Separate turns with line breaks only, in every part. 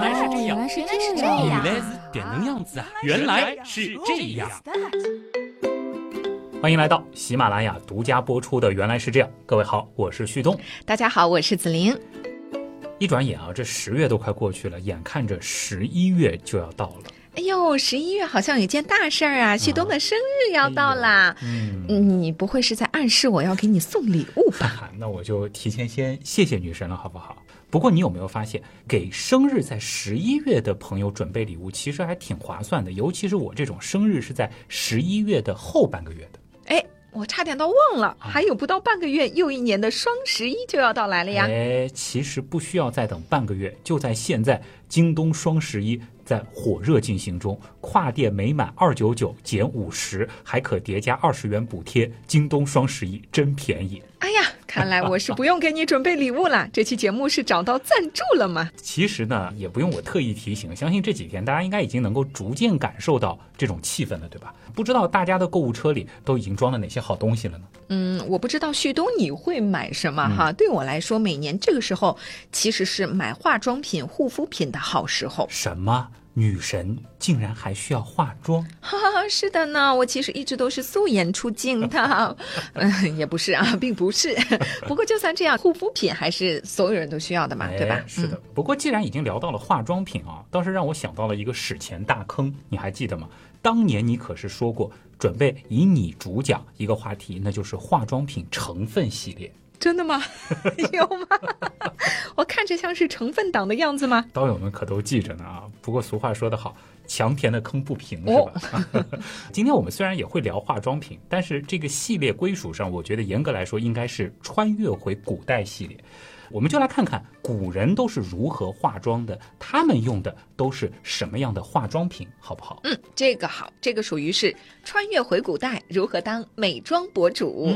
来是这样，
原来是这样，
原来是这能样子啊，原来是这样。欢迎来到喜马拉雅独家播出的《原来是这样》。各位好，我是旭东。
大家好，我是子玲。
一转眼啊，这10月都快过去了，眼看着11月就要到了。
哎呦，11月好像有件大事儿啊，旭东的生日要到啦。你不会是在暗示我要给你送礼物吧？
那我就提前先谢谢女神了，好不好？不过你有没有发现，给生日在11月的朋友准备礼物其实还挺划算的，尤其是我这种生日是在11月的后半个月的。
哎，我差点都忘了，还有不到半个月，又一年的双11就要到来了呀。
其实不需要再等半个月，就在现在，京东双11在火热进行中，跨店每满299减50，还可叠加20元补贴，京东双11真便宜。
哎呀，看来我是不用给你准备礼物了，这期节目是找到赞助了吗？
其实呢，也不用我特意提醒，相信这几天大家应该已经能够逐渐感受到这种气氛了，对吧？不知道大家的购物车里都已经装了哪些好东西了呢？
我不知道旭东你会买什么哈。对我来说，每年这个时候其实是买化妆品、护肤品的好时候。
什么？女神竟然还需要化妆？
是的呢，我其实一直都是素颜出镜的。也不是啊，并不是。不过就算这样，护肤品还是所有人都需要的嘛，对吧？
是的。不过既然已经聊到了化妆品啊，倒是让我想到了一个史前大坑，你还记得吗？当年你可是说过准备以你主讲一个话题，那就是化妆品成分系列。
真的吗？有吗？我看着像是成分党的样子吗？
刀友们可都记着呢啊！不过俗话说得好，强填的坑不平，是吧？今天我们虽然也会聊化妆品，但是这个系列归属上，我觉得严格来说应该是穿越回古代系列。我们就来看看古人都是如何化妆的，他们用的都是什么样的化妆品，好不好？
这个好，这个属于是穿越回古代，如何当美妆博主。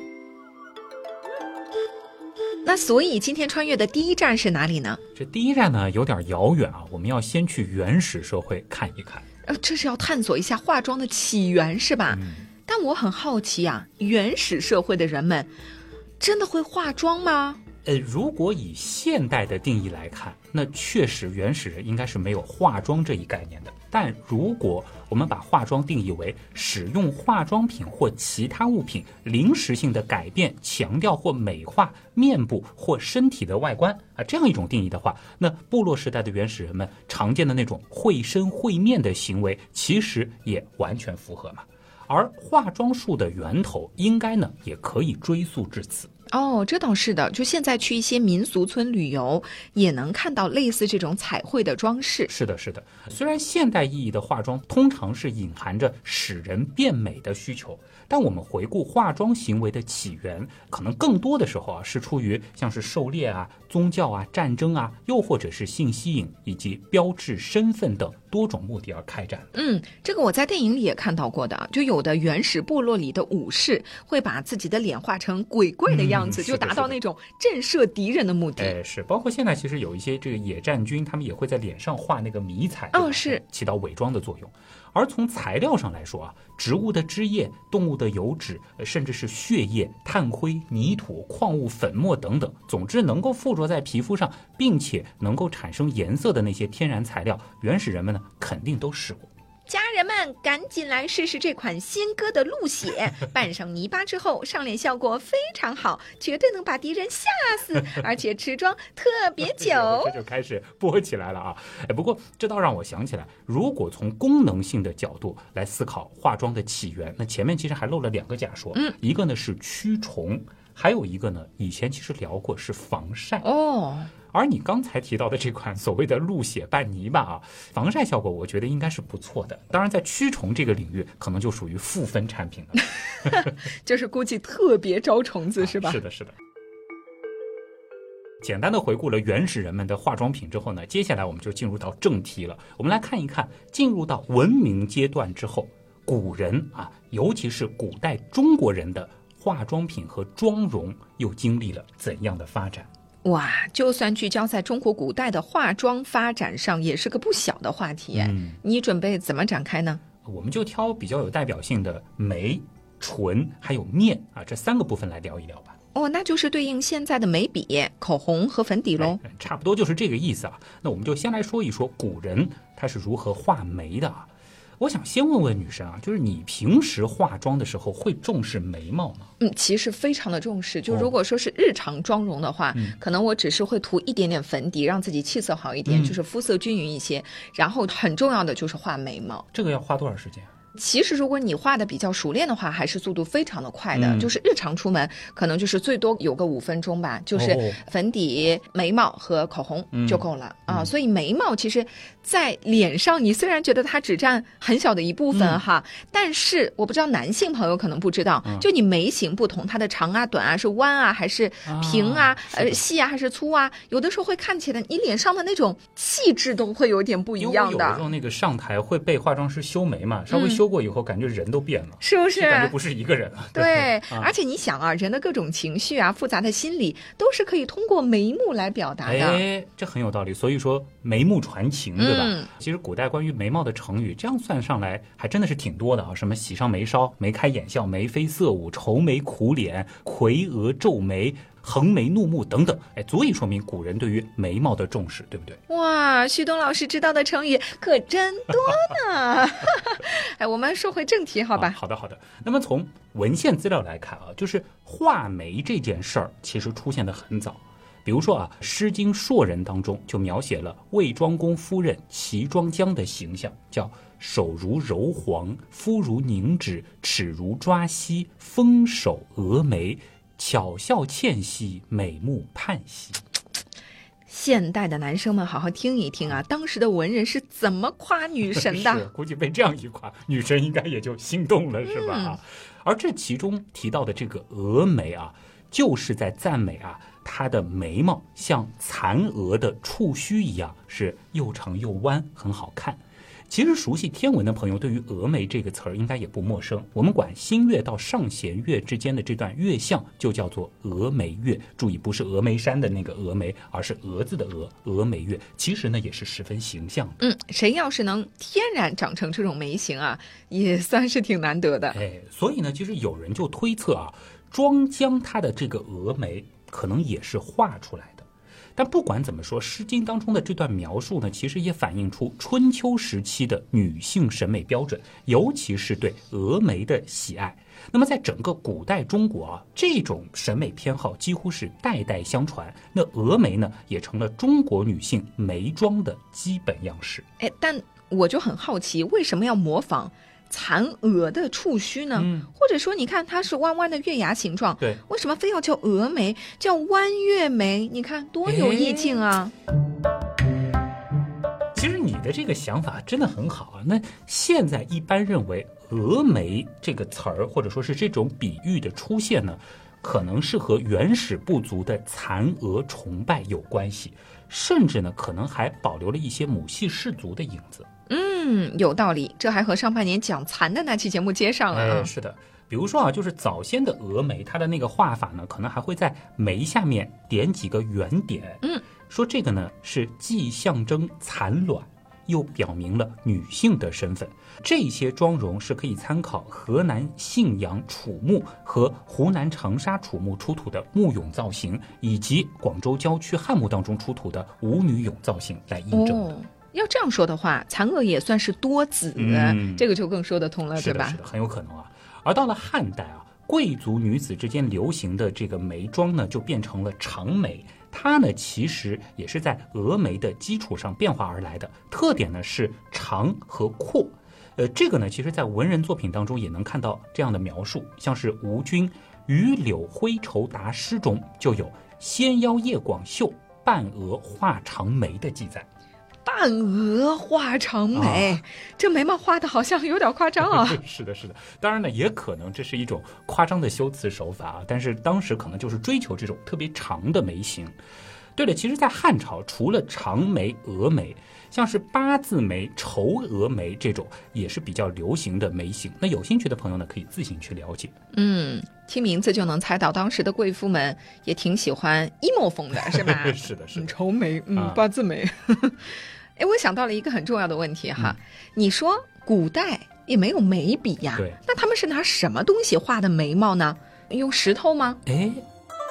那所以今天穿越的第一站是哪里呢？
这第一站呢有点遥远啊，我们要先去原始社会看一看。
这是要探索一下化妆的起源是吧？但我很好奇啊，原始社会的人们真的会化妆吗？
如果以现代的定义来看，那确实原始人应该是没有化妆这一概念的。但如果我们把化妆定义为使用化妆品或其他物品临时性的改变、强调或美化面部或身体的外观啊，这样一种定义的话，那部落时代的原始人们常见的那种会身会面的行为，其实也完全符合嘛。而化妆术的源头应该呢也可以追溯至此。
这倒是的，就现在去一些民俗村旅游，也能看到类似这种彩绘的装饰。
是的，是的。虽然现代意义的化妆通常是隐含着使人变美的需求，但我们回顾化妆行为的起源，可能更多的时候是出于像是狩猎啊、宗教啊、战争啊，又或者是性吸引以及标志身份等多种目的而开展。
这个我在电影里也看到过的，就有的原始部落里的武士会把自己的脸画成鬼怪的样子，就达到那种震慑敌人的目的。
是，包括现在其实有一些这个野战军，他们也会在脸上画那个迷彩，
是
起到伪装的作用。而从材料上来说啊，植物的汁液、动物的油脂，甚至是血液、炭灰、泥土、矿物、粉末等等，总之能够附着在皮肤上并且能够产生颜色的那些天然材料，原始人们呢肯定都试过。
家人们赶紧来试试这款新歌的鹿血，拌上泥巴之后上脸效果非常好，绝对能把敌人吓死，而且持妆特别久。
这就开始播起来了啊！不过这倒让我想起来，如果从功能性的角度来思考化妆的起源，那前面其实还漏了2个假说，一个呢是驱虫，还有一个呢以前其实聊过是防晒。而你刚才提到的这款所谓的鹿血拌泥巴啊，防晒效果我觉得应该是不错的。当然在驱虫这个领域可能就属于负分产品了。
就是估计特别招虫子是吧？
是的，是的。简单的回顾了原始人们的化妆品之后呢，接下来我们就进入到正题了。我们来看一看，进入到文明阶段之后，古人啊，尤其是古代中国人的化妆品和妆容又经历了怎样的发展。
哇，就算聚焦在中国古代的化妆发展上，也是个不小的话题。你准备怎么展开呢？
我们就挑比较有代表性的眉、唇还有面啊这3个部分来聊一聊吧。
哦，那就是对应现在的眉笔、口红和粉底喽。
差不多就是这个意思啊。那我们就先来说一说古人他是如何画眉的啊。我想先问问女生啊，就是你平时化妆的时候会重视眉毛吗？
其实非常的重视。就如果说是日常妆容的话，可能我只是会涂一点点粉底，让自己气色好一点，就是肤色均匀一些。然后很重要的就是画眉毛。
这个要花多少时间啊？
其实如果你画的比较熟练的话，还是速度非常的快的。就是日常出门可能就是最多有个5分钟吧，就是粉底、眉毛和口红就够了啊。所以眉毛其实在脸上，你虽然觉得它只占很小的一部分哈，但是我不知道男性朋友可能不知道，就你眉形不同，它的长啊、短啊、是弯啊还是平啊、细啊还是粗啊，有的时候会看起来你脸上的那种气质都会有点不一样的。
因为有的时候那个上台会被化妆师修眉嘛，稍微修过以后感觉人都变了，
是不是？
感觉不是一个人了。
对，而且你想啊，人的各种情绪啊、复杂的心理都是可以通过眉目来表达的。
这很有道理。所以说眉目传情，对吧？其实古代关于眉毛的成语，这样算上来还真的是挺多的啊，什么喜上眉梢、眉开眼笑、眉飞色舞、愁眉苦脸、魁额皱眉、横眉怒目等等，足以说明古人对于眉毛的重视，对不对？
哇，旭东老师知道的成语可真多呢。我们说回正题好吧？
好的。那么从文献资料来看啊，就是画眉这件事儿其实出现的很早。比如说啊，《诗经·硕人》当中就描写了魏庄公夫人齐庄姜的形象，叫手如柔黄，肤如凝脂，齿如抓犀，丰首蛾眉，巧笑倩兮，美目盼兮。
现代的男生们好好听一听啊，当时的文人是怎么夸女神的？
是，估计被这样一夸，女神应该也就心动了，是吧？而这其中提到的这个蛾眉啊，就是在赞美啊，她的眉毛像蚕蛾的触须一样，是又长又弯，很好看。其实熟悉天文的朋友对于蛾眉这个词儿应该也不陌生，我们管新月到上弦月之间的这段月相就叫做蛾眉月。注意，不是峨眉山的那个峨眉，而是蛾子的蛾，蛾眉月。其实呢也是十分形象的。
谁要是能天然长成这种眉形啊，也算是挺难得的。
所以呢，其实有人就推测啊，庄姜他的这个蛾眉可能也是画出来的。但不管怎么说，《诗经》当中的这段描述呢，其实也反映出春秋时期的女性审美标准，尤其是对蛾眉的喜爱。那么在整个古代中国啊，这种审美偏好几乎是代代相传。那蛾眉呢，也成了中国女性眉妆的基本样式。
但我就很好奇，为什么要模仿蚕蛾的触须呢？或者说你看它是弯弯的月牙形状，
对，
为什么非要叫蛾眉，叫弯月眉？你看多有意境啊！
其实你的这个想法真的很好啊。那现在一般认为蛾眉这个词儿，或者说是这种比喻的出现呢，可能是和原始部族的蚕蛾崇拜有关系，甚至呢可能还保留了一些母系氏族的影子。
有道理，这还和上半年讲蚕的那期节目接上了。
是的，比如说啊，就是早先的蛾眉，它的那个画法呢，可能还会在眉下面点几个圆点。说这个呢是既象征蚕卵，又表明了女性的身份。这些妆容是可以参考河南信阳楚墓和湖南长沙楚墓出土的墓俑造型，以及广州郊区汉墓当中出土的舞女俑造型来印证的。
要这样说的话，蚕蛾也算是多子，这个就更说得通了，对吧？
是的，很有可能啊。而到了汉代啊，贵族女子之间流行的这个眉妆呢，就变成了长眉。它呢其实也是在蛾眉的基础上变化而来的，特点呢是长和阔。这个呢其实在文人作品当中也能看到这样的描述，像是吴君《与柳挥绸达诗》中就有纤腰叶广袖，半额画长眉的记载。
半额画长眉，这眉毛画的好像有点夸张啊。
是的，当然呢，也可能这是一种夸张的修辞手法啊，但是当时可能就是追求这种特别长的眉形。对了，其实在汉朝，除了长眉、蛾眉，像是八字眉、绸蛾眉这种也是比较流行的眉形。那有兴趣的朋友呢，可以自行去了解。
听名字就能猜到，当时的贵妇们也挺喜欢 emo 风的，是吧？
是的，
绸眉，八字眉。我想到了一个很重要的问题哈，你说古代也没有眉笔呀，那他们是拿什么东西画的眉毛呢？用石头吗？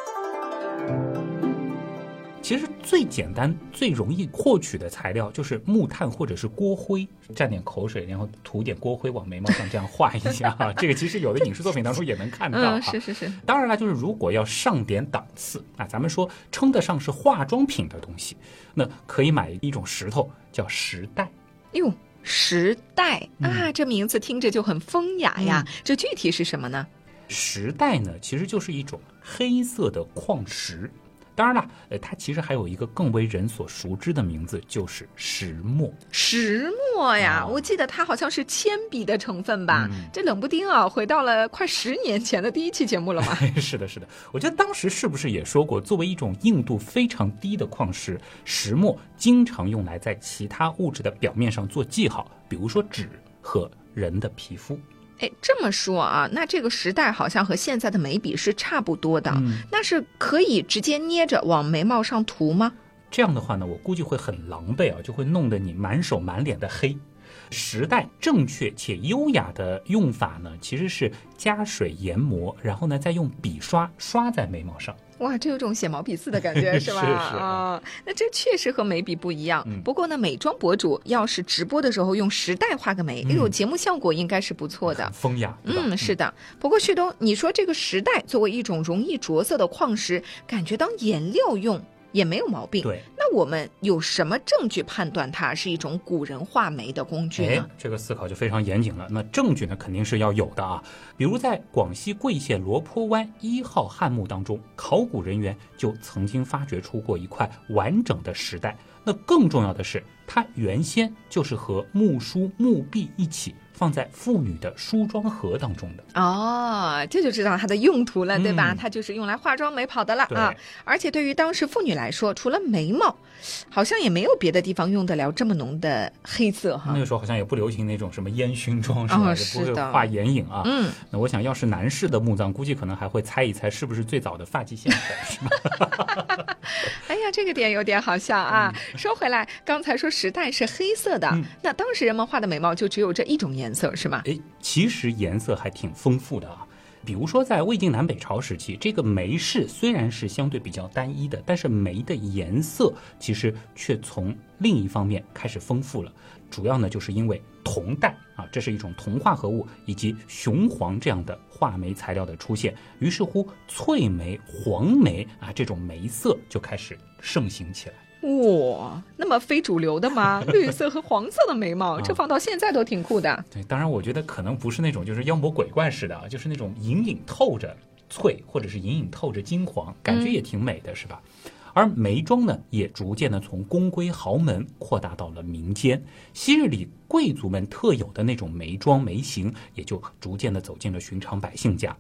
其实最简单最容易获取的材料就是木炭或者是锅灰，蘸点口水然后涂点锅灰往眉毛上这样画一下这个其实有的影视作品当中也能看到
是。
当然了，就是如果要上点档次咱们说称得上是化妆品的东西，那可以买一种石头叫石带。
哟，石带这名字听着就很风雅呀，这具体是什么呢？
石带呢其实就是一种黑色的矿石，当然了，它其实还有一个更为人所熟知的名字，就是石墨。
石墨呀，我记得它好像是铅笔的成分吧？这冷不丁回到了快10年前的第一期节目了嘛？
是的。我觉得当时是不是也说过，作为一种硬度非常低的矿石，石墨经常用来在其他物质的表面上做记号，比如说纸和人的皮肤。
这么说那这个时代好像和现在的眉笔是差不多的，那是可以直接捏着往眉毛上涂吗？
这样的话呢，我估计会很狼狈就会弄得你满手满脸的黑。时代正确且优雅的用法呢，其实是加水研磨，然后呢再用笔刷在眉毛上。
哇，这有种写毛笔字的感觉是吧？那这确实和眉笔不一样。不过呢，美妆博主要是直播的时候用时带画个眉，节目效果应该是不错的，
风雅。
是的。不过旭东，你说这个时带作为一种容易着色的矿石，感觉当颜料用也没有毛病。
对，
那我们有什么证据判断它是一种古人画眉的工具呢？
这个思考就非常严谨了。那证据呢，肯定是要有的比如在广西桂县罗坡湾1号汉墓当中，考古人员就曾经发掘出过一块完整的石带。那更重要的是，它原先就是和墓书、墓壁一起放在妇女的梳妆盒当中的。
这就知道它的用途了，对吧？它就是用来化妆眉跑的了而且对于当时妇女来说，除了眉毛，好像也没有别的地方用得了这么浓的黑色
那个时候好像也不流行那种什么烟熏妆是吧？也不会画眼影那我想要是男士的墓葬，估计可能还会猜一猜是不是最早的发际线是吧？
哎呀，这个点有点好笑说回来，刚才说时带是黑色的，那当时人们画的眉毛就只有这一种颜色是吗？
其实颜色还挺丰富的比如说在魏晋南北朝时期，这个眉饰虽然是相对比较单一的，但是眉的颜色其实却从另一方面开始丰富了。主要呢就是因为铜带这是一种铜化合物，以及雄黄这样的画眉材料的出现，于是乎翠眉、黄眉这种眉色就开始盛行起来。
哇，那么非主流的吗？绿色和黄色的眉毛这放到现在都挺酷的。
对，当然我觉得可能不是那种就是妖魔鬼怪似的就是那种隐隐透着翠或者是隐隐透着金黄，感觉也挺美的是吧？而眉妆呢也逐渐的从宫闱豪门扩大到了民间，昔日里贵族们特有的那种眉妆眉形也就逐渐的走进了寻常百姓家。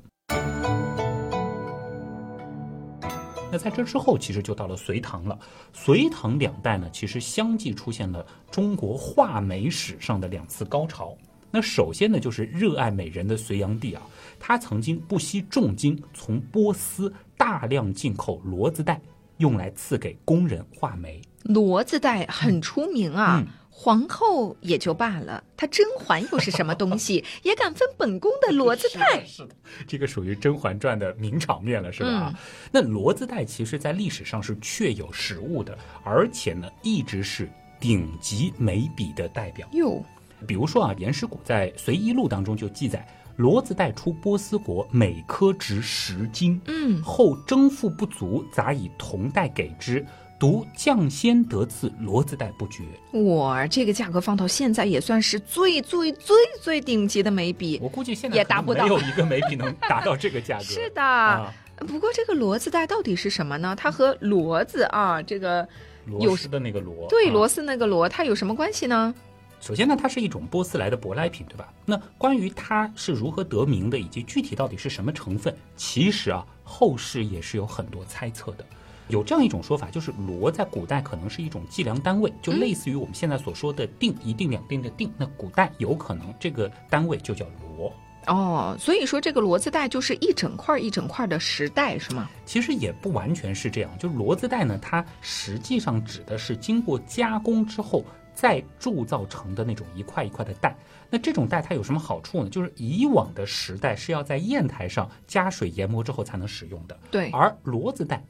那在这之后其实就到了隋唐了。隋唐两代呢其实相继出现了中国画眉史上的2次高潮。那首先呢就是热爱美人的隋炀帝他曾经不惜重金从波斯大量进口骡子带，用来赐给工人画眉。
骡子带很出名皇后也就罢了，她甄嬛又是什么东西也敢分本宫的骡子带？
是的，这个属于《甄嬛传》的名场面了，是吧？那骡子带其实在历史上是确有实物的，而且呢一直是顶级眉笔的代表。比如说颜师古在《隋遗录》当中就记载，骡子带出波斯国，每颗值10斤。后征赋不足，杂以铜带给之。独降仙得赐骡子带不绝。
哇，这个价格放到现在也算是最顶级的眉笔，
我估计现在
也达不到，
没有一个眉笔能达到这个价格。
是的不过这个骡子带到底是什么呢？它和骡子这个
螺丝的那个螺，
对，螺丝那个螺，它有什么关系呢？
首先呢，它是一种波斯来的舶来品，对吧？那关于它是如何得名的，以及具体到底是什么成分，其实后世也是有很多猜测的。有这样一种说法，就是骡在古代可能是一种计量单位，就类似于我们现在所说的锭，一锭两锭的锭，那古代有可能这个单位就叫骡。
所以说这个骡子带就是一整块一整块的石带是吗？
其实也不完全是这样，就骡子带呢，它实际上指的是经过加工之后再铸造成的那种一块一块的带。那这种带它有什么好处呢？就是以往的石带是要在砚台上加水研磨之后才能使用的，
对。
而骡子带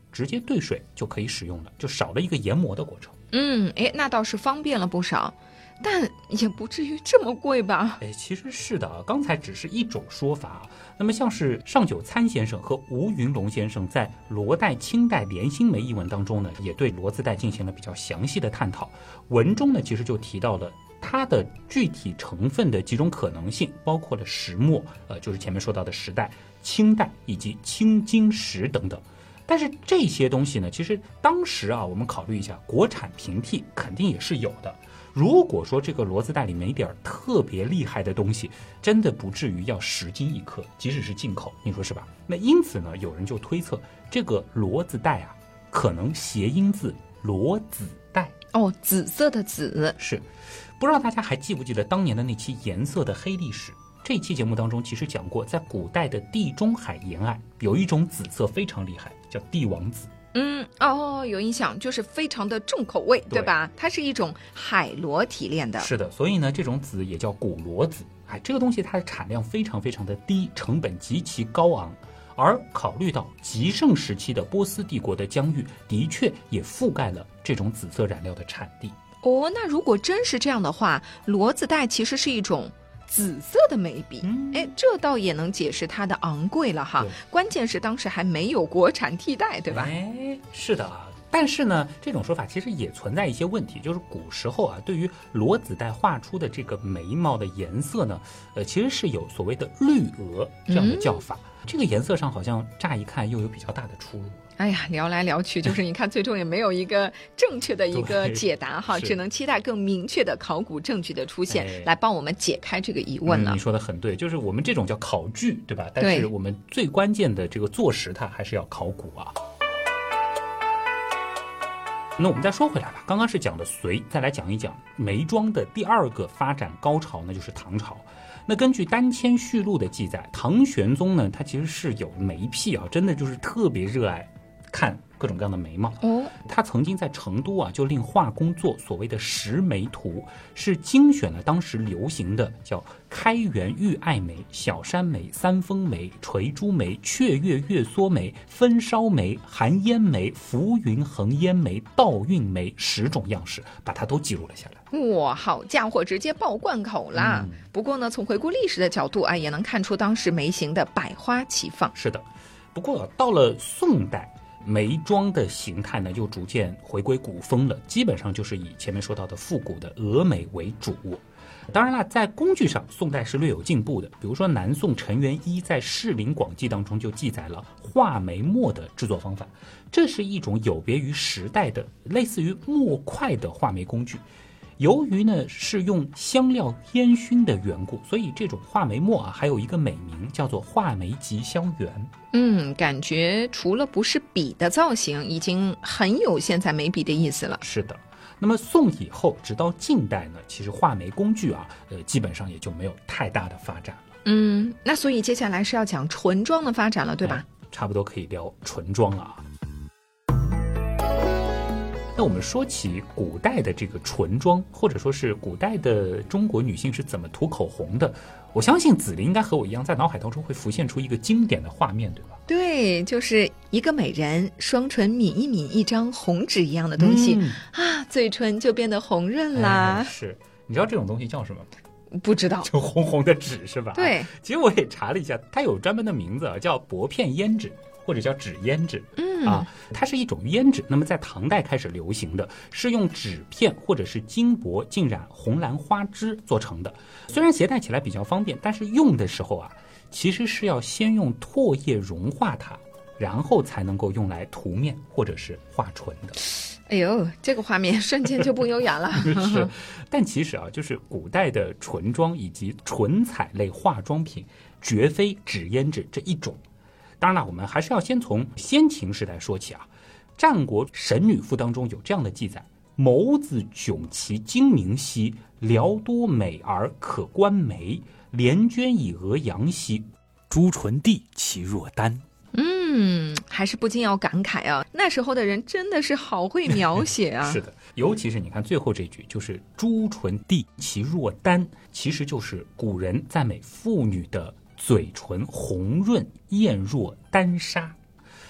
直接兑水就可以使用了，就少了一个研磨的过程。
那倒是方便了不少，但也不至于这么贵吧？
其实是的，刚才只是一种说法。那么像是上九参先生和吴云龙先生在《罗带清代连心梅》一文当中呢，也对骡子带进行了比较详细的探讨。文中呢，其实就提到了它的具体成分的几种可能性，包括了石墨，就是前面说到的石带、青带以及青金石等等。但是这些东西呢，其实当时我们考虑一下，国产平替肯定也是有的。如果说这个骡子带里没点特别厉害的东西，真的不至于要10斤1克，即使是进口，你说是吧？那因此呢，有人就推测这个骡子带可能谐音字骡子带。
紫色的紫。
是，不知道大家还记不记得当年的那期颜色的黑历史？这期节目当中其实讲过，在古代的地中海沿岸有一种紫色非常厉害，叫帝王紫。
有印象，就是非常的重口味，对吧？它是一种海螺提炼的。
是的，所以呢，这种紫也叫古骡子。这个东西它的产量非常非常的低，成本极其高昂。而考虑到极盛时期的波斯帝国的疆域，的确也覆盖了这种紫色染料的产地。
那如果真是这样的话，骡子带其实是一种紫色的眉笔，这倒也能解释它的昂贵了哈。关键是当时还没有国产替代，对吧？
是的。但是呢，这种说法其实也存在一些问题，就是古时候对于骡子带画出的这个眉毛的颜色呢，其实是有所谓的绿鹅这样的叫法。这个颜色上好像乍一看又有比较大的出入。
聊来聊去，就是你看最终也没有一个正确的一个解答哈，只能期待更明确的考古证据的出现，来帮我们解开这个疑问了。
你说的很对，就是我们这种叫考据，对吧？但是我们最关键的这个坐实它还是要考古啊。那我们再说回来吧，刚刚是讲的隋，再来讲一讲眉庄的第二个发展高潮呢，就是唐朝。那根据《丹迁序录》的记载，唐玄宗呢，他其实是有眉癖真的就是特别热爱看各种各样的眉毛。他曾经在成都就令画工做所谓的10眉图，是精选了当时流行的叫开元玉爱眉、小山眉、三峰眉、垂珠眉、雀跃月缩眉、分梢眉、寒烟眉、浮云横烟眉、倒韵眉10种样式，把它都记录了下来。
哇，好家伙，直接爆贯口啦！不过呢，从回顾历史的角度也能看出当时眉形的百花齐放。
是的，不过到了宋代，眉庄的形态呢就逐渐回归古风了，基本上就是以前面说到的复古的峨眉为主。当然了，在工具上宋代是略有进步的，比如说南宋陈元一在《士林广记》当中就记载了画眉墨的制作方法，这是一种有别于时代的类似于墨块的画眉工具。由于呢是用香料烟熏的缘故，所以这种画眉墨还有一个美名叫做画眉吉香圆。
感觉除了不是笔的造型，已经很有现在眉笔的意思了。
是的。那么宋以后直到近代呢，其实画眉工具基本上也就没有太大的发展了。
那所以接下来是要讲纯妆的发展了，对吧？
差不多可以聊纯妆了那我们说起古代的这个纯妆，或者说是古代的中国女性是怎么涂口红的，我相信子琳应该和我一样，在脑海当中会浮现出一个经典的画面，对吧？
对，就是一个美人双唇抿一抿一张红纸一样的东西，嘴唇就变得红润啦。
是，你知道这种东西叫什么吗？
不知道，
就红红的纸是吧？
对，
其实我也查了一下，它有专门的名字叫薄片胭脂，或者叫纸胭脂。它是一种胭脂，那么在唐代开始流行的，是用纸片或者是金箔浸染红兰花枝做成的。虽然携带起来比较方便，但是用的时候其实是要先用唾液融化它，然后才能够用来涂面或者是画唇的。
哎呦，这个画面瞬间就不优雅了。
是，但其实就是古代的纯妆以及纯彩类化妆品，绝非纸胭脂这一种。当然了，我们还是要先从先秦时代说起战国神女赋当中有这样的记载：眸子迥奇精明兮，寥多美而可观眉，连娟以额扬兮，朱唇地其若丹。
还是不禁要感慨那时候的人真的是好会描写
是的，尤其是你看最后这句，就是朱唇地其若丹，其实就是古人赞美妇女的嘴唇红润艳若丹砂。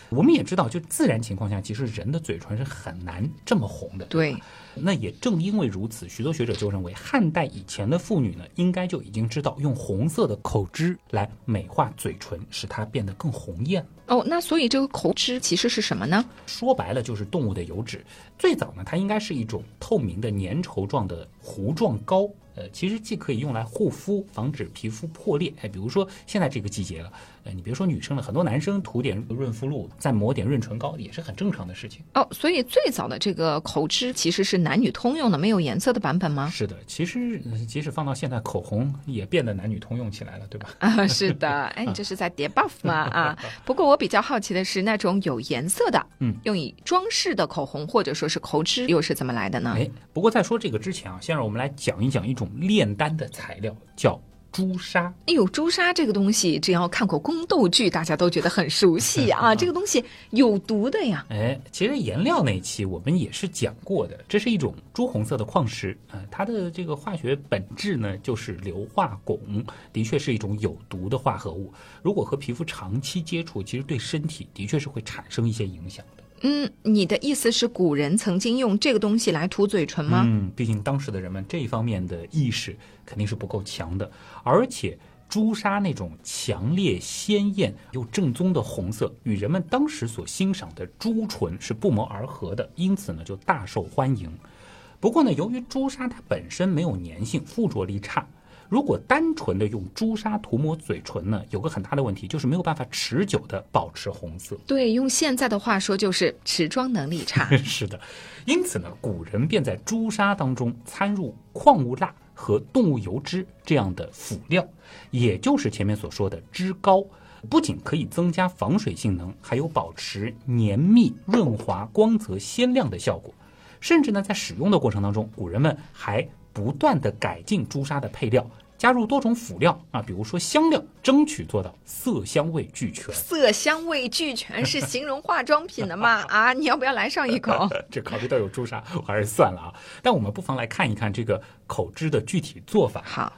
我们也知道，就自然情况下，其实人的嘴唇是很难这么红的。
对，
那也正因为如此，许多学者就认为，汉代以前的妇女呢，应该就已经知道用红色的口脂来美化嘴唇，使它变得更红艳。
哦，那所以这个口脂其实是什么呢？
说白了就是动物的油脂。最早呢，它应该是一种透明的粘稠状的糊状膏。其实既可以用来护肤，防止皮肤破裂。比如说现在这个季节了，你别说女生了，很多男生涂点润肤露，再抹点润唇膏，也是很正常的事情。
哦，所以最早的这个口脂其实是男女通用的，没有颜色的版本吗？
是的，其实即使放到现在，口红也变得男女通用起来了，对吧？
啊，是的，哎，你这是在叠 buff 吗？啊，不过我比较好奇的是，那种有颜色的，用以装饰的口红或者说是口脂，又是怎么来的呢？
不过在说这个之前啊，先让我们来讲一讲一种炼丹的材料，叫朱砂。
哎呦，朱砂这个东西，只要看过宫斗剧，大家都觉得很熟悉啊。这个东西有毒的呀。
其实颜料那一期我们也是讲过的，这是一种朱红色的矿石，它的这个化学本质呢就是硫化汞，的确是一种有毒的化合物。如果和皮肤长期接触，其实对身体的确是会产生一些影响的。
你的意思是古人曾经用这个东西来涂嘴唇吗？
毕竟当时的人们这一方面的意识肯定是不够强的，而且朱砂那种强烈鲜艳又正宗的红色，与人们当时所欣赏的朱唇是不谋而合的，因此呢就大受欢迎。不过呢，由于朱砂它本身没有粘性，附着力差，如果单纯的用朱砂涂抹嘴唇呢，有个很大的问题，就是没有办法持久的保持红色。
对，用现在的话说就是持妆能力差。
是的，因此呢，古人便在朱砂当中掺入矿物蜡和动物油脂这样的辅料，也就是前面所说的脂膏，不仅可以增加防水性能，还有保持黏密、润滑、光泽、鲜亮的效果。甚至呢，在使用的过程当中，古人们还不断的改进朱砂的配料，加入多种辅料啊，比如说香料，争取做到色香味俱全。
色香味俱全是形容化妆品的吗？啊，你要不要来上一口？
这考虑到有朱砂，我还是算了啊。但我们不妨来看一看这个口脂的具体做法。
好，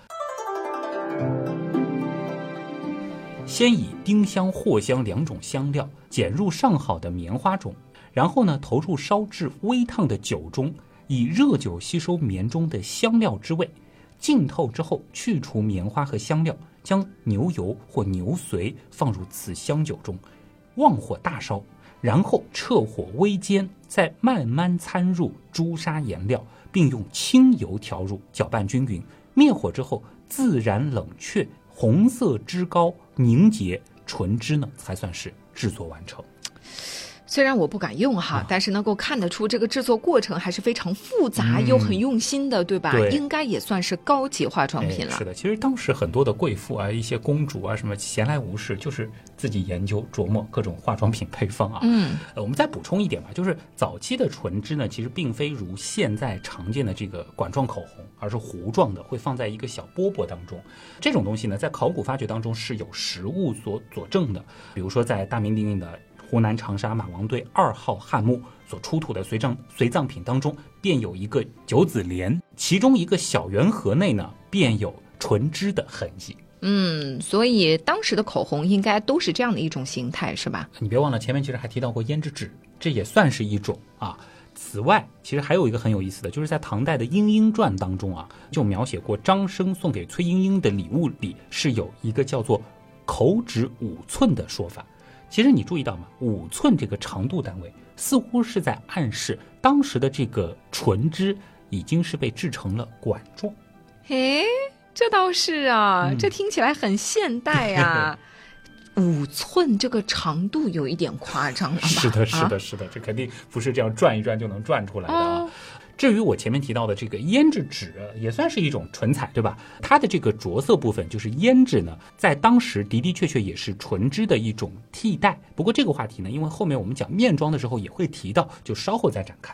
先以丁香、藿香两种香料剪入上好的棉花中，然后呢，投入烧至微烫的酒中，以热酒吸收棉中的香料之味，浸透之后去除棉花和香料，将牛油或牛髓放入此香酒中，旺火大烧，然后撤火微煎，再慢慢掺入朱砂颜料，并用清油调入，搅拌均匀，灭火之后自然冷却，红色脂膏凝结，唇脂呢才算是制作完成。
虽然我不敢用哈，但是能够看得出这个制作过程还是非常复杂又很用心的，对吧？
对，
应该也算是高级化妆品了。
是的，其实当时很多的贵妇啊，一些公主啊，什么闲来无事，就是自己研究琢磨各种化妆品配方啊。我们再补充一点吧，就是早期的唇脂呢，其实并非如现在常见的这个管状口红，而是糊状的，会放在一个小饽饽当中。这种东西呢，在考古发掘当中是有实物所佐证的，比如说在大名鼎鼎的湖南长沙马王堆2号汉墓所出土的随葬品当中，便有一个九子莲，其中一个小圆盒内呢，便有唇脂的痕迹。
所以当时的口红应该都是这样的一种形态，是吧？
你别忘了，前面其实还提到过胭脂纸，这也算是一种啊。此外，其实还有一个很有意思的，就是在唐代的《莺莺传》当中啊，就描写过张生送给崔莺莺的礼物里是有一个叫做口脂5寸的说法。其实你注意到吗？5寸这个长度单位似乎是在暗示当时的这个唇脂已经是被制成了管状。
这倒是啊，这听起来很现代啊。5寸这个长度有一点夸张了吧？
是的，是的，是的，这肯定不是这样转一转就能转出来的啊。至于我前面提到的这个胭脂纸，也算是一种唇彩，对吧？它的这个着色部分就是胭脂呢，在当时的确也是唇脂的一种替代。不过这个话题呢，因为后面我们讲面妆的时候也会提到，就稍后再展开。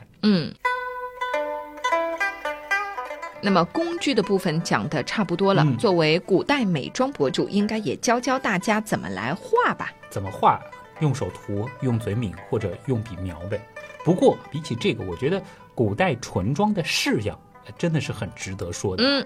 那么工具的部分讲的差不多了，作为古代美妆博主，应该也教大家怎么来画吧？
怎么画？用手涂，用嘴抿，或者用笔描呗。不过比起这个，我觉得古代唇妆的式样真的是很值得说的。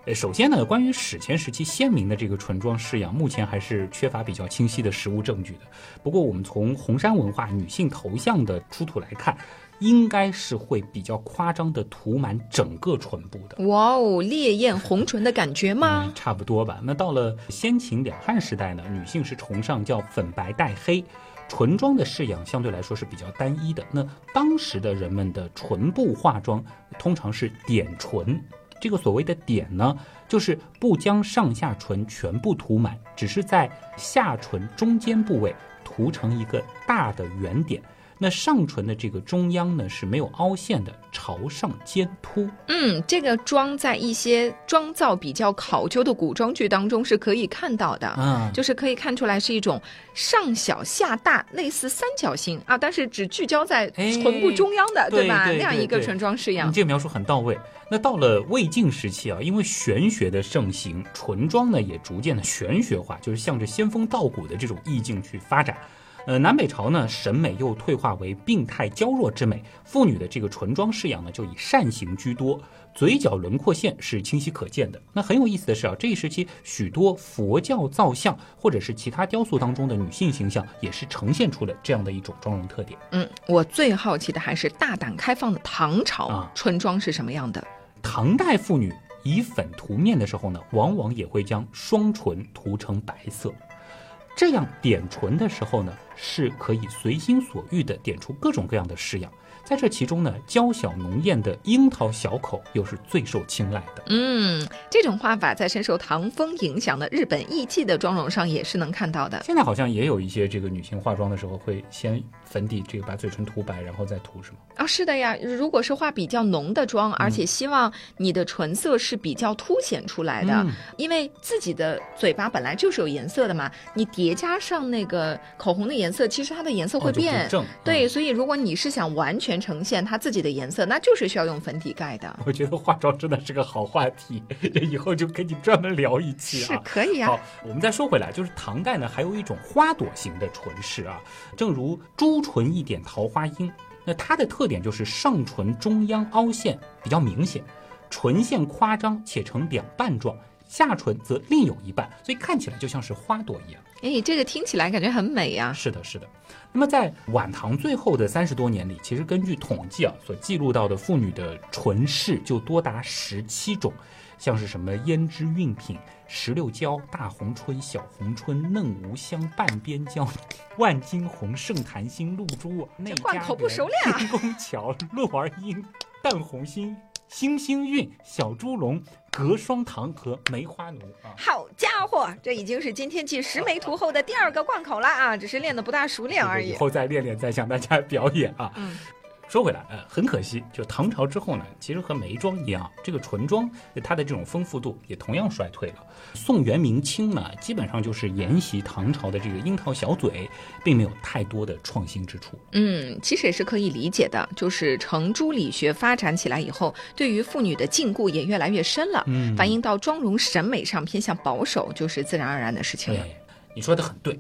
首先呢，关于史前时期先民的这个纯妆式样，目前还是缺乏比较清晰的实物证据的。不过我们从红山文化女性头像的出土来看，应该是会比较夸张的涂满整个唇部的。
哇哦，烈焰红唇的感觉吗？
差不多吧。那到了先秦两汉时代呢，女性是崇尚叫粉白带黑，唇妆的式样相对来说是比较单一的。那当时的人们的唇部化妆通常是点唇，这个所谓的点呢，就是不将上下唇全部涂满，只是在下唇中间部位涂成一个大的圆点。那上唇的这个中央呢是没有凹陷的，朝上尖凸。
这个妆在一些妆造比较考究的古装剧当中是可以看到的，就是可以看出来是一种上小下大，类似三角形啊，但是只聚焦在唇部中央的，对吧？那样一个唇妆式样。
你这个描述很到位。那到了魏晋时期啊，因为玄学的盛行，唇妆呢也逐渐的玄学化，就是向着仙风道骨的这种意境去发展。南北朝呢，审美又退化为病态娇弱之美，妇女的这个唇妆式样呢，就以扇形居多，嘴角轮廓线是清晰可见的。那很有意思的是啊，这一时期许多佛教造像或者是其他雕塑当中的女性形象，也是呈现出了这样的一种妆容特点。
我最好奇的还是大胆开放的唐朝唇妆是什么样的。
唐代妇女以粉涂面的时候呢，往往也会将双唇涂成白色。这样点唇的时候呢，是可以随心所欲地点出各种各样的式样。在这其中呢，娇小浓艳的樱桃小口又是最受青睐的。
这种画法在深受唐风影响的日本艺伎的妆容上也是能看到的。
现在好像也有一些这个女性化妆的时候会先粉底这个把嘴唇涂白，然后再涂是吗？
是的呀，如果是化比较浓的妆，而且希望你的唇色是比较凸显出来的，因为自己的嘴巴本来就是有颜色的嘛，你叠加上那个口红的颜色，其实它的颜色会变。对，所以如果你是想完全呈现它自己的颜色，那就是需要用粉底盖的。
我觉得化妆真的是个好话题，以后就跟你专门聊一期
是可以啊。
好，我们再说回来，就是唐代呢还有一种花朵型的唇饰啊，正如朱唇一点桃花樱，那它的特点就是上唇中央凹陷比较明显，唇线夸张且呈两瓣状，下唇则另有一半，所以看起来就像是花朵一样。
这个听起来感觉很美啊。
是的。那么在晚唐最后的30多年里，其实根据统计啊，所记录到的妇女的唇饰就多达17种，像是什么胭脂韵品、石榴胶、大红春、小红春、嫩无香、半边胶、万金红、圣檀星、露珠、内家园、
口不熟练啊、
天宫桥、鹿儿樱、淡红星、星星韵、小猪笼、隔霜糖和梅花奴啊！
好家伙，这已经是今天继10枚图后的第2个贯口了啊，只是练得不大熟练而已。
以后再练练，再向大家表演啊。说回来，很可惜，就唐朝之后呢，其实和眉庄一样，这个唇妆它的这种丰富度也同样衰退了。宋元明清呢，基本上就是沿袭唐朝的这个樱桃小嘴，并没有太多的创新之处。
其实也是可以理解的，就是程朱理学发展起来以后，对于妇女的禁锢也越来越深了，反映到妆容审美上偏向保守，就是自然而然的事情了。
你说的很对。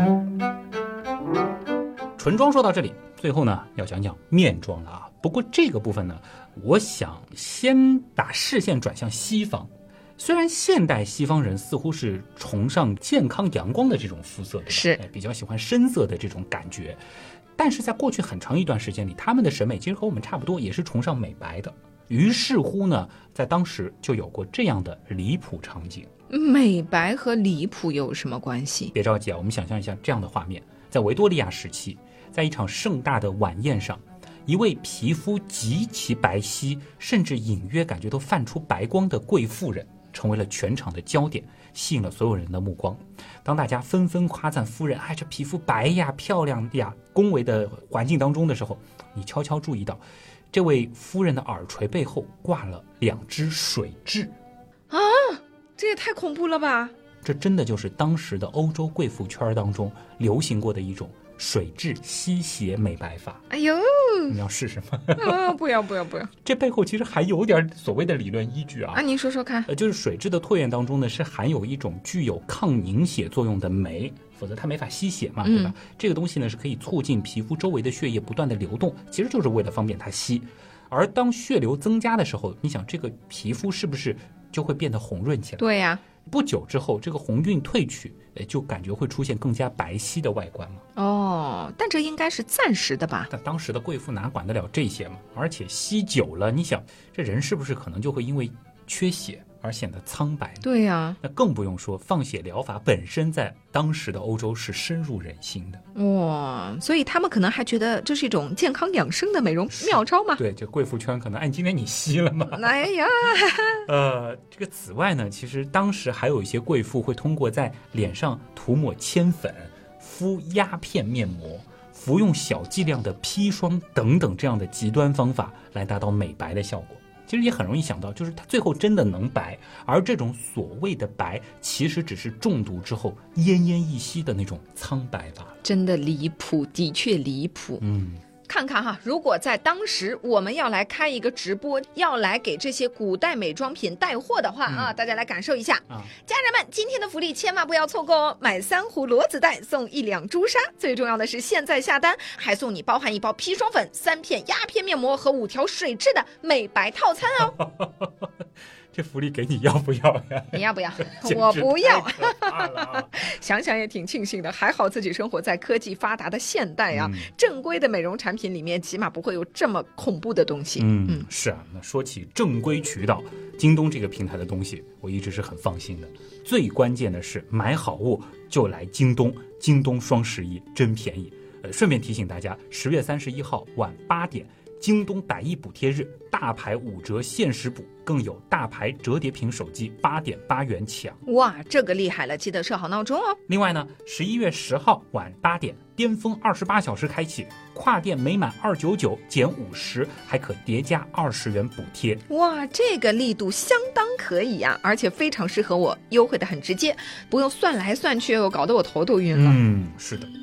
唇妆说到这里，最后呢要讲讲面妆了啊。不过这个部分呢，我想先把视线转向西方。虽然现代西方人似乎是崇尚健康阳光的这种肤色，对吧？
是
比较喜欢深色的这种感觉，但是在过去很长一段时间里，他们的审美其实和我们差不多，也是崇尚美白的。于是乎呢，在当时就有过这样的离谱场景。
美白和离谱有什么关系？
别着急啊，我们想象一下这样的画面：在维多利亚时期，在一场盛大的晚宴上，一位皮肤极其白皙，甚至隐约感觉都泛出白光的贵妇人，成为了全场的焦点，吸引了所有人的目光。当大家纷纷夸赞夫人这皮肤白呀、漂亮呀，恭维的环境当中的时候，你悄悄注意到，这位夫人的耳垂背后挂了2只水蛭
啊！这也太恐怖了吧！
这真的就是当时的欧洲贵妇圈当中流行过的一种水蛭吸血美白法。
哎呦，
你要试试吗？
不要！
这背后其实还有点所谓的理论依据啊。
您说说看。
就是水蛭的唾液当中呢，是含有一种具有抗凝血作用的酶，否则它没法吸血嘛，对吧？这个东西呢是可以促进皮肤周围的血液不断的流动，其实就是为了方便它吸。而当血流增加的时候，你想这个皮肤是不是就会变得红润起来。
对呀，
不久之后，这个红晕褪去，就感觉会出现更加白皙的外观了。
但这应该是暂时的吧？
但当时的贵妇哪管得了这些嘛？而且吸久了，你想这人是不是可能就会因为缺血而显得苍白呢？
对呀，
那更不用说放血疗法本身在当时的欧洲是深入人心的。
所以他们可能还觉得这是一种健康养生的美容妙招嘛？
对，这贵妇圈可能今天你吸了吗？
哎呀，
这个此外呢，其实当时还有一些贵妇会通过在脸上涂抹铅粉、敷鸦片面膜、服用小剂量的砒霜等等这样的极端方法来达到美白的效果。其实也很容易想到，就是它最后真的能白，而这种所谓的白，其实只是中毒之后奄奄一息的那种苍白罢了。
真的离谱，的确离谱。看看哈，如果在当时我们要来开一个直播，要来给这些古代美妆品带货的话大家来感受一下。家人们，今天的福利千万不要错过哦！买3壶骡子带送1两朱砂，最重要的是现在下单还送你包含1包砒霜粉、3片鸦片面膜和5条水蛭的美白套餐哦。
这福利给你要不要呀？
你要不要？我不要。想想也挺庆幸的，还好自己生活在科技发达的现代啊。正规的美容产品里面起码不会有这么恐怖的东西。
是啊。那说起正规渠道，京东这个平台的东西我一直是很放心的。最关键的是买好物就来京东，京东双11真便宜。顺便提醒大家，10月31号晚8点京东100亿补贴日，大牌5折限时补，更有大牌折叠屏手机8.8元起啊！
哇，这个厉害了，记得设好闹钟哦。
另外呢，11月10号晚8点，巅峰28小时开启，跨店每满299减50，还可叠加20元补贴。
哇，这个力度相当可以啊，而且非常适合我，优惠的很直接，不用算来算去，搞得我头都晕了。
是的。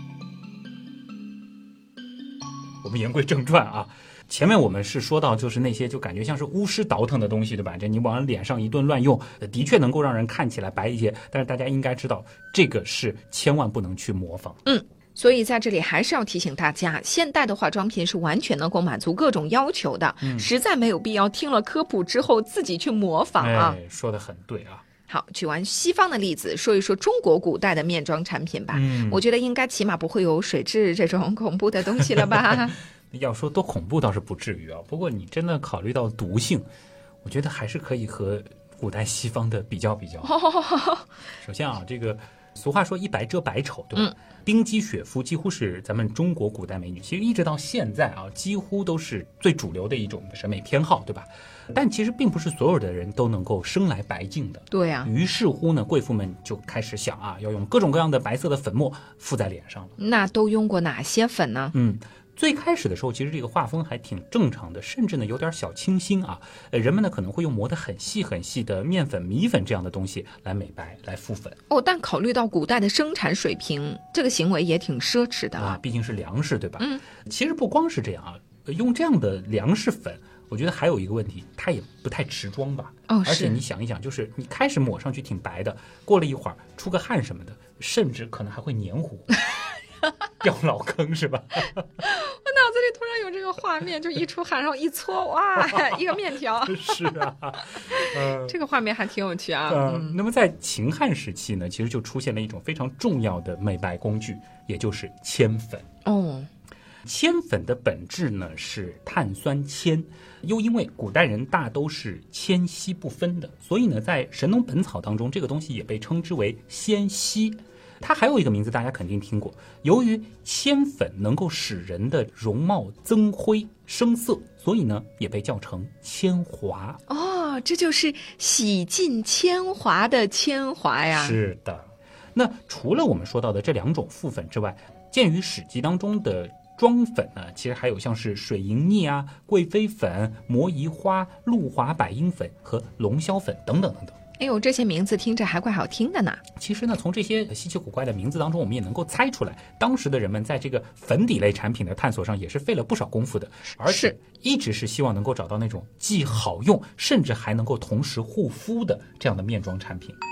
我们言归正传啊，前面我们是说到就是那些就感觉像是巫师倒腾的东西，对吧？这你往脸上一顿乱用，的确能够让人看起来白一些，但是大家应该知道，这个是千万不能去模仿。
所以在这里还是要提醒大家，现代的化妆品是完全能够满足各种要求的，实在没有必要听了科普之后自己去模仿啊。
说得很对啊。
好，举完西方的例子，说一说中国古代的面妆产品吧。我觉得应该起码不会有水蛭这种恐怖的东西了吧？
要说多恐怖倒是不至于啊，不过你真的考虑到毒性，我觉得还是可以和古代西方的比较。首先啊，这个俗话说一白遮百丑，对吧？冰肌雪肤几乎是咱们中国古代美女，其实一直到现在啊，几乎都是最主流的一种审美偏好，对吧？但其实并不是所有的人都能够生来白净的。
对啊。
于是乎呢，贵妇们就开始想啊，要用各种各样的白色的粉末敷在脸上了。
那都用过哪些粉呢？
最开始的时候，其实这个画风还挺正常的，甚至呢有点小清新啊。人们呢可能会用磨得很细很细的面粉、米粉这样的东西来美白、来敷粉。
但考虑到古代的生产水平，这个行为也挺奢侈的啊。
毕竟是粮食，对吧？其实不光是这样啊，用这样的粮食粉，我觉得还有一个问题，它也不太持妆吧。而且你想一想，就是你开始抹上去挺白的，过了一会儿出个汗什么的，甚至可能还会黏糊。掉老坑是吧？我脑子
里突然有这个画面，就一出汗然后一搓，哇，一个面条。
是啊，
这个画面还挺有趣啊。
那么在秦汉时期呢，其实就出现了一种非常重要的美白工具，也就是铅粉。铅粉的本质呢是碳酸铅，又因为古代人大都是铅锡不分的，所以呢在《神农本草》当中，这个东西也被称之为纤锡。它还有一个名字大家肯定听过，由于铅粉能够使人的容貌增辉生色，所以呢也被叫成铅华。
这就是洗尽铅华的铅华呀。
是的。那除了我们说到的这2种副粉之外，鉴于史记当中的妆粉呢，其实还有像是水银腻啊、贵妃粉、摩夷花、露华百英粉和龙霄粉等等等等。
这些名字听着还怪好听的呢。
其实呢，从这些稀奇古怪的名字当中，我们也能够猜出来，当时的人们在这个粉底类产品的探索上也是费了不少功夫的，而且一直是希望能够找到那种既好用，甚至还能够同时护肤的这样的面妆产品。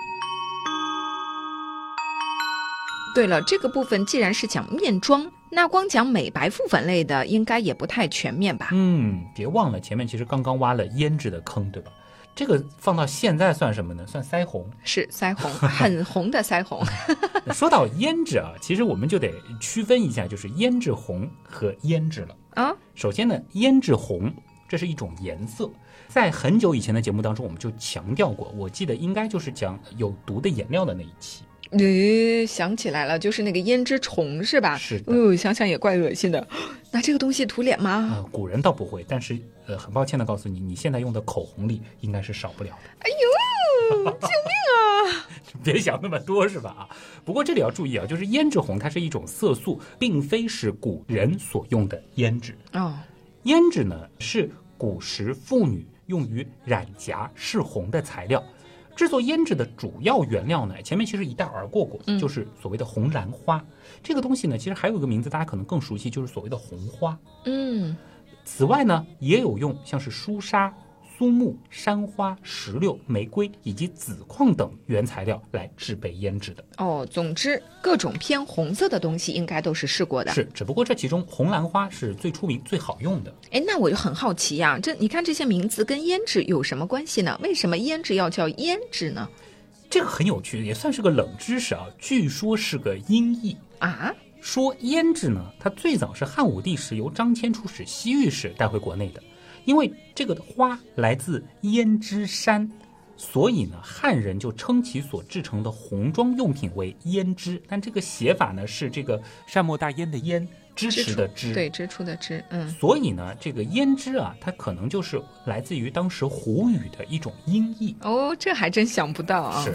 对了，这个部分既然是讲面妆，那光讲美白敷粉类的应该也不太全面吧？
别忘了前面其实刚刚挖了胭脂的坑，对吧？ 这个放到现在算什么呢？算腮红。
是腮红，很红的腮红。
说到胭脂啊，其实我们就得区分一下，就是胭脂红和胭脂了啊。首先呢，胭脂红这是一种颜色，在很久以前的节目当中我们就强调过，我记得应该就是讲有毒的颜料的那一期。
想起来了，就是那个胭脂虫是吧？
是的。
想想也怪恶心的。那这个东西涂脸吗？
古人倒不会，但是很抱歉的告诉你，你现在用的口红里应该是少不了的。
哎呦，救命啊！
别想那么多是吧？不过这里要注意啊，就是胭脂红它是一种色素，并非是古人所用的胭脂。胭脂呢是古时妇女用于染颊饰红的材料。制作胭脂的主要原料呢，前面其实一带而过，就是所谓的红兰花。这个东西呢，其实还有一个名字大家可能更熟悉，就是所谓的红花。此外呢，也有用像是舒纱、苏木、山花、石榴、玫瑰以及紫矿等原材料来制备胭脂的。
总之各种偏红色的东西应该都是试过的。
是，只不过这其中红兰花是最出名最好用的。
那我就很好奇呀，你看这些名字跟胭脂有什么关系呢？为什么胭脂要叫胭脂呢？
这个很有趣，也算是个冷知识啊。据说是个音译
啊。
说胭脂呢，它最早是汉武帝时由张骞出使西域时带回国内的。因为这个花来自胭脂山，所以呢，汉人就称其所制成的红妆用品为胭脂。但这个写法呢，是这个善莫大焉的焉，支持的支，
对，支出的支。
所以呢，这个胭脂啊，它可能就是来自于当时胡语的一种音译。
这还真想不到啊。
是。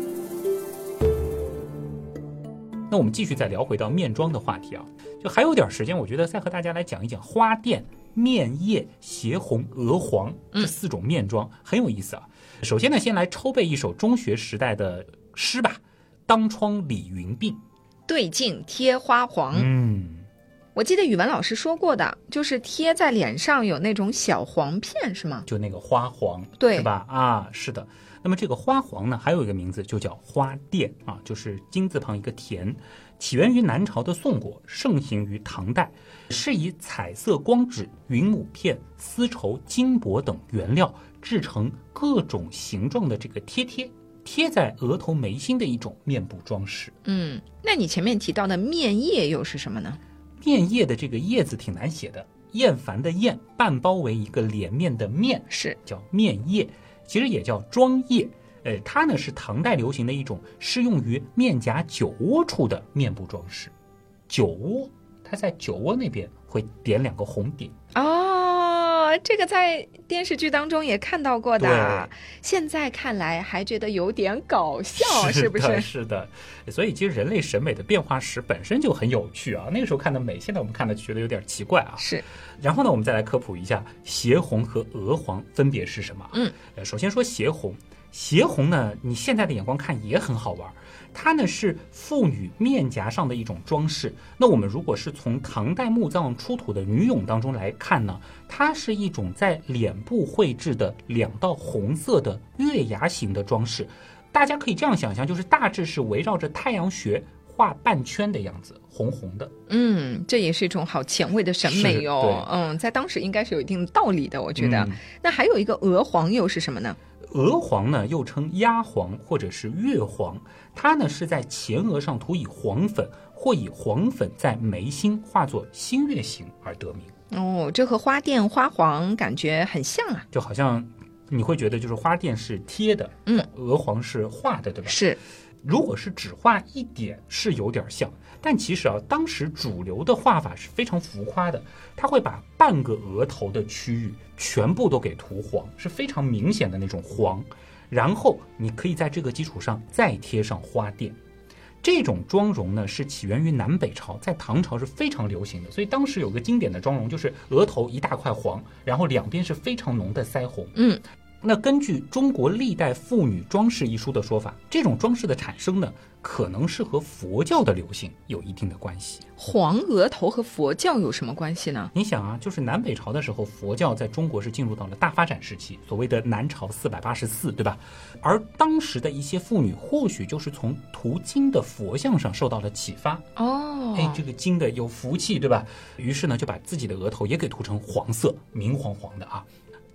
那我们继续再聊回到面妆的话题啊，就还有点时间，我觉得再和大家来讲一讲花钿、面液、斜红、鹅黄这4种面妆，很有意思啊。首先呢，先来抽背一首中学时代的诗吧，《当窗理云鬓》，
对镜贴花黄。我记得语文老师说过的，就是贴在脸上有那种小黄片，是吗？
就那个花黄，
对，
是吧？是的。那么这个花黄呢，还有一个名字就叫花钿啊，就是金字旁一个田，起源于南朝的宋国，盛行于唐代，是以彩色光纸、云母片、丝绸、金箔等原料制成各种形状的这个贴在额头眉心的一种面部装饰。
那你前面提到的面液又是什么呢？
面液的这个叶字挺难写的，厌烦的厌，半包围一个脸面的面，
是叫
面液。其实也叫妆液，它呢是唐代流行的一种适用于面颊酒窝处的面部装饰。酒窝，它在酒窝那边会点2个红点。
这个在电视剧当中也看到过的，现在看来还觉得有点搞笑，是不是？
是的，所以其实人类审美的变化史本身就很有趣啊。那个时候看的美，现在我们看的觉得有点奇怪啊。
是。
然后呢，我们再来科普一下斜红和鹅黄分别是什么。首先说斜红，斜红呢，你现在的眼光看也很好玩。它呢是妇女面颊上的一种装饰。那我们如果是从唐代墓葬出土的女俑当中来看呢，它是一种在脸部绘制的2道红色的月牙形的装饰。大家可以这样想象，就是大致是围绕着太阳穴画半圈的样子，红红的。
这也是一种好前卫的审美哦。在当时应该是有一定道理的，我觉得。那还有一个鹅黄又是什么呢？
鹅黄呢又称鸭黄或者是月黄，它呢是在前额上涂以黄粉，或以黄粉在眉心画作新月形而得名。
这和花钿、花黄感觉很像啊，
就好像你会觉得就是花钿是贴的，鹅黄是画的，对吧？
是。
如果是只画一点是有点像，但其实当时主流的画法是非常浮夸的，它会把半个额头的区域全部都给涂黄，是非常明显的那种黄，然后你可以在这个基础上再贴上花钿。这种妆容呢是起源于南北朝，在唐朝是非常流行的，所以当时有个经典的妆容就是额头一大块黄，然后两边是非常浓的腮红。那根据《中国历代妇女装饰》一书的说法，这种装饰的产生呢，可能是和佛教的流行有一定的关系。
黄额头和佛教有什么关系呢？
你想啊，就是南北朝的时候，佛教在中国是进入到了大发展时期，所谓的南朝484，对吧？而当时的一些妇女或许就是从涂金的佛像上受到了启发。这个金的有福气，对吧？于是呢，就把自己的额头也给涂成黄色，明黄黄的啊。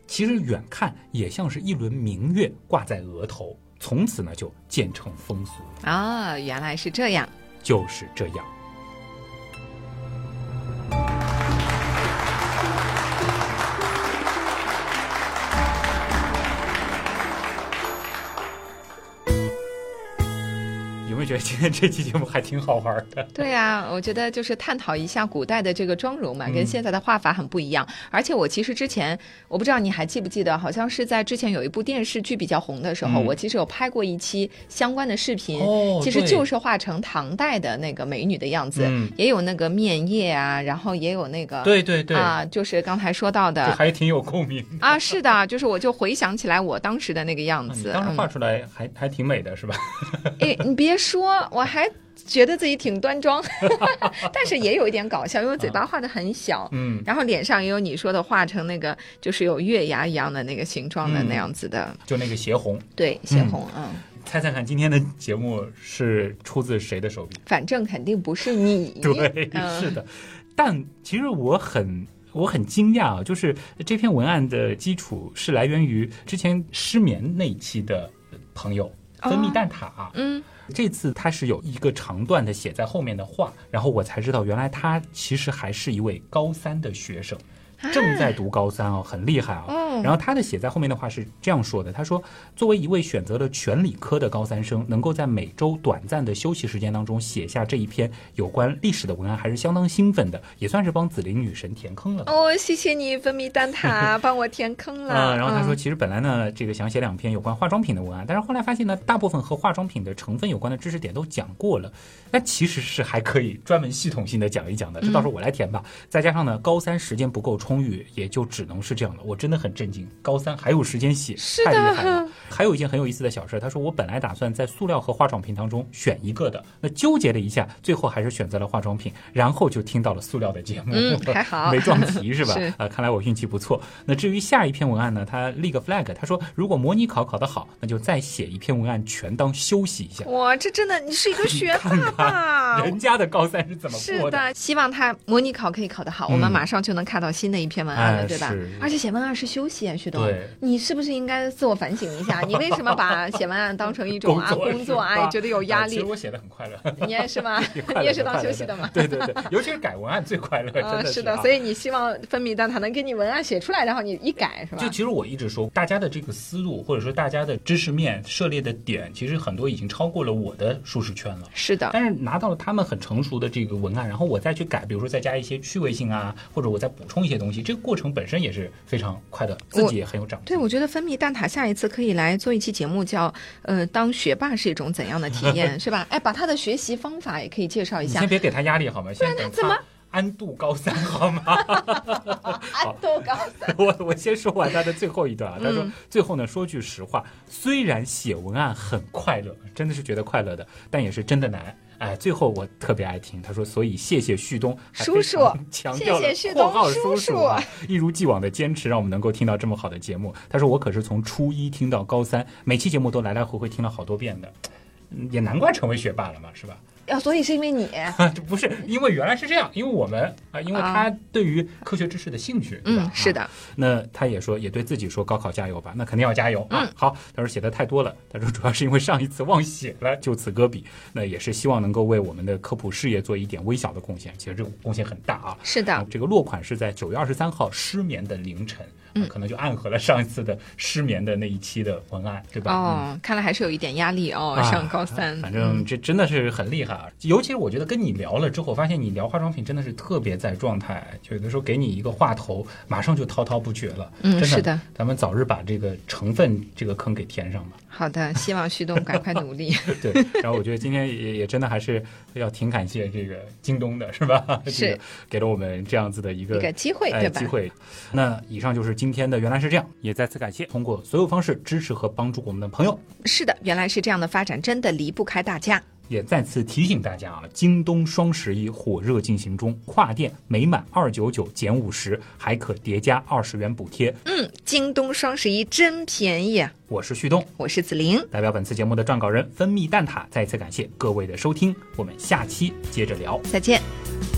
其实远看也像是一轮明月挂在额头，从此呢就渐成风俗
啊，原来是这样，
就是这样。有没有觉得今天这期节目还挺好玩的？
对啊，我觉得就是探讨一下古代的这个妆容嘛，跟现在的画法很不一样。而且我其实之前，我不知道你还记不记得，好像是在之前有一部电视剧比较红的时候，我其实有拍过一期相关的视频，其实就是画成唐代的那个美女的样子，也有那个面液啊，然后也有那个
对
啊，就是刚才说到的，
还挺有共鸣
啊。是的，就是我就回想起来我当时的那个样子，
你当时画出来还挺美的是吧？
哎，你别说，我还觉得自己挺端庄但是也有一点搞笑，因为嘴巴画得很小，然后脸上也有你说的画成那个就是有月牙一样的那个形状的那样子的，
就那个斜红，
对，斜红。
猜猜看今天的节目是出自谁的手笔？
反正肯定不是你。
对，是的。但其实我很惊讶啊，就是这篇文案的基础是来源于之前失眠那一期的朋友分泌蛋挞，这次他是有一个长段的写在后面的话，然后我才知道原来他其实还是一位高3的学生，正在读高3哦，很厉害啊。然后他的写在后面的话是这样说的，他说作为一位选择了全理科的高3生，能够在每周短暂的休息时间当中写下这一篇有关历史的文案，还是相当兴奋的，也算是帮紫菱女神填坑了。
谢谢你分泌蛋挞帮我填坑了。
然后他说其实本来呢这个想写2篇有关化妆品的文案，但是后来发现呢大部分和化妆品的成分有关的知识点都讲过了，那其实是还可以专门系统性的讲一讲的，这到时候我来填吧。再加上呢高3时间不够充裕，也就只能是这样了。我真的很震惊，高3还有时间写，太厉害了。还有一件很有意思的小事，他说我本来打算在塑料和化妆品当中选一个的，那纠结了一下，最后还是选择了化妆品，然后就听到了塑料的节目，
还好
没撞题是吧？
是
看来我运气不错。那至于下一篇文案呢，他立个 flag， 他说如果模拟考考得好，那就再写一篇文案，全当休息一下。
哇，这真的你是一个学霸吧？
人家的高3是怎么过的？
是的，希望他模拟考可以考得好，我们马上就能看到新的一篇文案了，对吧？而且写文案是休息啊，旭东，你是不是应该自我反省一下？你为什么把写文案当成一种工作觉得有压力？
其实我写的很快乐，
你也是吗？你也是当休息的吗？
对，尤其是改文案最快乐，真的
是的。所以你希望分泌蛋挞能给你文案写出来，然后你一改，是吧？
就其实我一直说，大家的这个思路或者说大家的知识面涉猎的点，其实很多已经超过了我的舒适圈了。
是的。
但是拿到了他们很成熟的这个文案，然后我再去改，比如说再加一些趣味性啊，或者我再补充一些东西，这个过程本身也是非常快乐，自己也很有长进。
对，我觉得分泌蛋挞下一次可以来做一期节目，叫当学霸是一种怎样的体验，是吧？把他的学习方法也可以介绍一下。
你先别给他压力好吗？先等他安度高3好吗？
安度高3。
我先说完他的最后一段啊，他说最后呢，说句实话，虽然写文案很快乐，真的是觉得快乐的，但也是真的难。最后我特别爱听，他说所以谢谢旭东
叔叔，
强调了括号叔叔啊，一如既往的坚持，让我们能够听到这么好的节目。他说我可是从初1听到高3，每期节目都来来回回听了好多遍的，也难怪成为学霸了嘛，是吧？
所以是因为你
不是因为原来是这样，因为我们因为他对于科学知识的兴趣，对吧？
是的。
那他也说，也对自己说高考加油吧，那肯定要加油啊。好，他说写的太多了，他说主要是因为上一次忘写了，就此搁笔。那也是希望能够为我们的科普事业做一点微小的贡献，其实这个贡献很大啊。
是的，
这个落款是在9月23号失眠的凌晨。可能就暗合了上一次的失眠的那一期的文案，对吧？
看来还是有一点压力上高3。
反正这真的是很厉害啊！尤其是我觉得跟你聊了之后，发现你聊化妆品真的是特别在状态，就有的时候给你一个话头，马上就滔滔不绝了。真的
是的，
咱们早日把这个成分这个坑给填上吧。
好的，希望旭东赶快努力。
对，然后我觉得今天也真的还是要挺感谢这个京东的，是吧？
是
给了我们这样子的一个
机会，对吧？
机会。那以上就是今天的原来是这样，也再次感谢通过所有方式支持和帮助我们的朋友。
是的，原来是这样的发展真的离不开大家。
也再次提醒大家啊，京东双11火热进行中，跨店每满299减50，还可叠加20元补贴。
京东双11真便宜啊！
我是旭东，
我是紫菱，
代表本次节目的撰稿人分泌蛋挞，再次感谢各位的收听，我们下期接着聊，
再见。